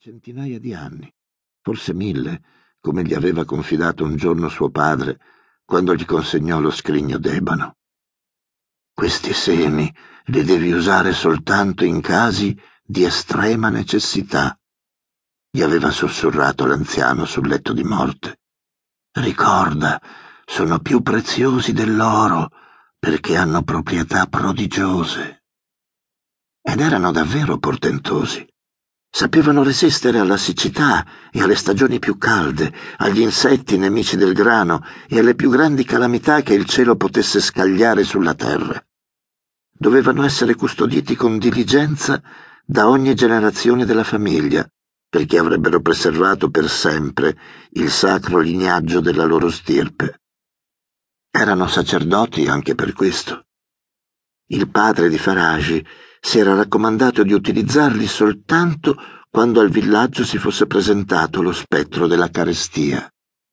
centinaia di anni, forse 1000, come gli aveva confidato un giorno suo padre quando gli consegnò lo scrigno d'ebano. Questi semi li devi usare soltanto in casi di estrema necessità, gli aveva sussurrato l'anziano sul letto di morte. Ricorda, sono più preziosi dell'oro perché hanno proprietà prodigiose. Ed erano davvero portentosi. Sapevano resistere alla siccità e alle stagioni più calde, agli insetti nemici del grano e alle più grandi calamità che il cielo potesse scagliare sulla terra. Dovevano essere custoditi con diligenza da ogni generazione della famiglia, perché avrebbero preservato per sempre il sacro lignaggio della loro stirpe. Erano sacerdoti anche per questo. Il padre di Faragi si era raccomandato di utilizzarli soltanto quando al villaggio si fosse presentato lo spettro della carestia.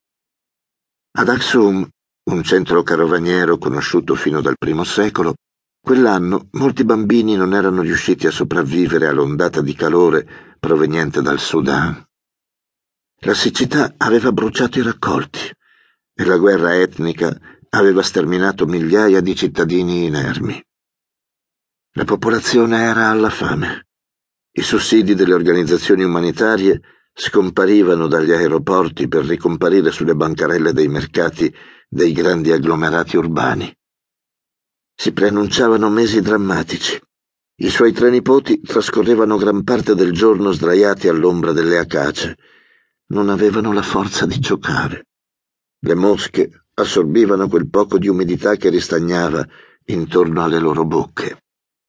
Ad Aksum, un centro carovaniero conosciuto fino dal I secolo, quell'anno molti bambini non erano riusciti a sopravvivere all'ondata di calore proveniente dal Sudan. La siccità aveva bruciato i raccolti e la guerra etnica aveva sterminato migliaia di cittadini inermi. La popolazione era alla fame. I sussidi delle organizzazioni umanitarie scomparivano dagli aeroporti per ricomparire sulle bancarelle dei mercati dei grandi agglomerati urbani. Si preannunciavano mesi drammatici. I suoi tre nipoti trascorrevano gran parte del giorno sdraiati all'ombra delle acacie. Non avevano la forza di giocare. Le mosche assorbivano quel poco di umidità che ristagnava intorno alle loro bocche.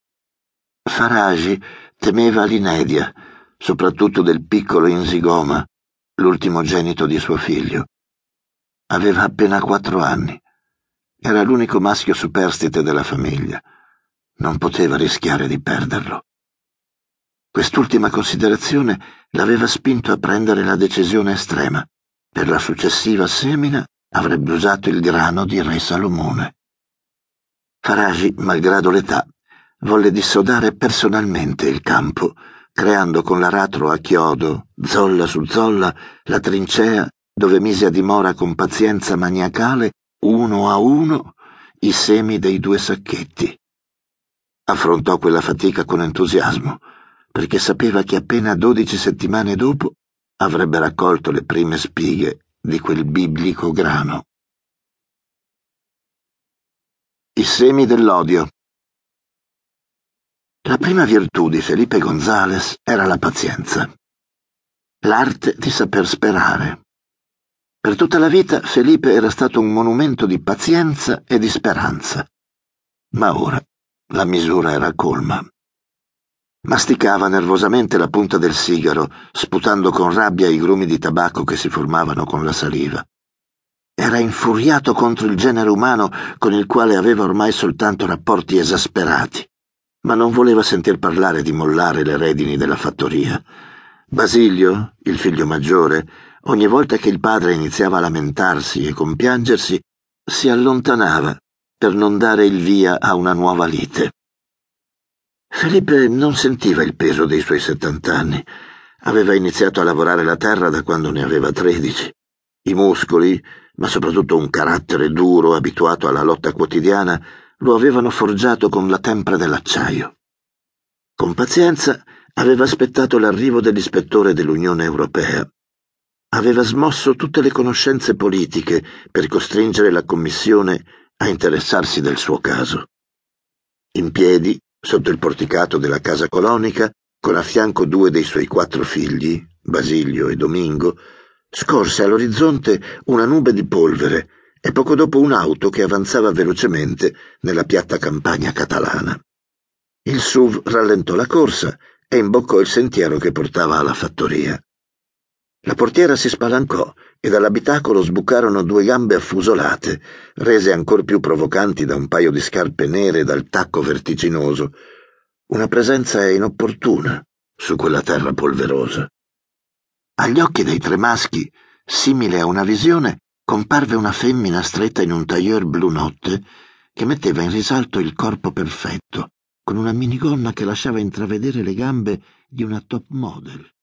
Faragi temeva l'inedia, soprattutto del piccolo Inzigoma, l'ultimogenito di suo figlio. Aveva appena 4 anni. Era l'unico maschio superstite della famiglia. Non poteva rischiare di perderlo. Quest'ultima considerazione l'aveva spinto a prendere la decisione estrema. Per la successiva semina avrebbe usato il grano di re Salomone. Faragi, malgrado l'età, volle dissodare personalmente il campo, creando con l'aratro a chiodo, zolla su zolla, la trincea dove mise a dimora con pazienza maniacale, uno a uno, i semi dei 2 sacchetti. Affrontò quella fatica con entusiasmo, perché sapeva che appena 12 settimane dopo avrebbe raccolto le prime spighe di quel biblico grano. I semi dell'odio. La prima virtù di Felipe González era la pazienza, l'arte di saper sperare. Per tutta la vita Felipe era stato un monumento di pazienza e di speranza, ma ora la misura era colma. Masticava nervosamente la punta del sigaro, sputando con rabbia i grumi di tabacco che si formavano con la saliva. Era infuriato contro il genere umano con il quale aveva ormai soltanto rapporti esasperati, ma non voleva sentir parlare di mollare le redini della fattoria. Basilio, il figlio maggiore, ogni volta che il padre iniziava a lamentarsi e compiangersi, si allontanava per non dare il via a una nuova lite. Felipe non sentiva il peso dei suoi 70 anni. Aveva iniziato a lavorare la terra da quando ne aveva 13. I muscoli, ma soprattutto un carattere duro, abituato alla lotta quotidiana, lo avevano forgiato con la tempra dell'acciaio. Con pazienza aveva aspettato l'arrivo dell'ispettore dell'Unione Europea. Aveva smosso tutte le conoscenze politiche per costringere la Commissione a interessarsi del suo caso. In piedi, sotto il porticato della casa colonica, con a fianco 2 dei suoi 4 figli, Basilio e Domingo, scorse all'orizzonte una nube di polvere e poco dopo un'auto che avanzava velocemente nella piatta campagna catalana. Il SUV rallentò la corsa e imboccò il sentiero che portava alla fattoria. La portiera si spalancò e dall'abitacolo sbucarono 2 gambe affusolate, rese ancor più provocanti da un paio di scarpe nere dal tacco vertiginoso. Una presenza inopportuna su quella terra polverosa. Agli occhi dei 3 maschi, simile a una visione, comparve una femmina stretta in un tailleur blu notte che metteva in risalto il corpo perfetto, con una minigonna che lasciava intravedere le gambe di una top model.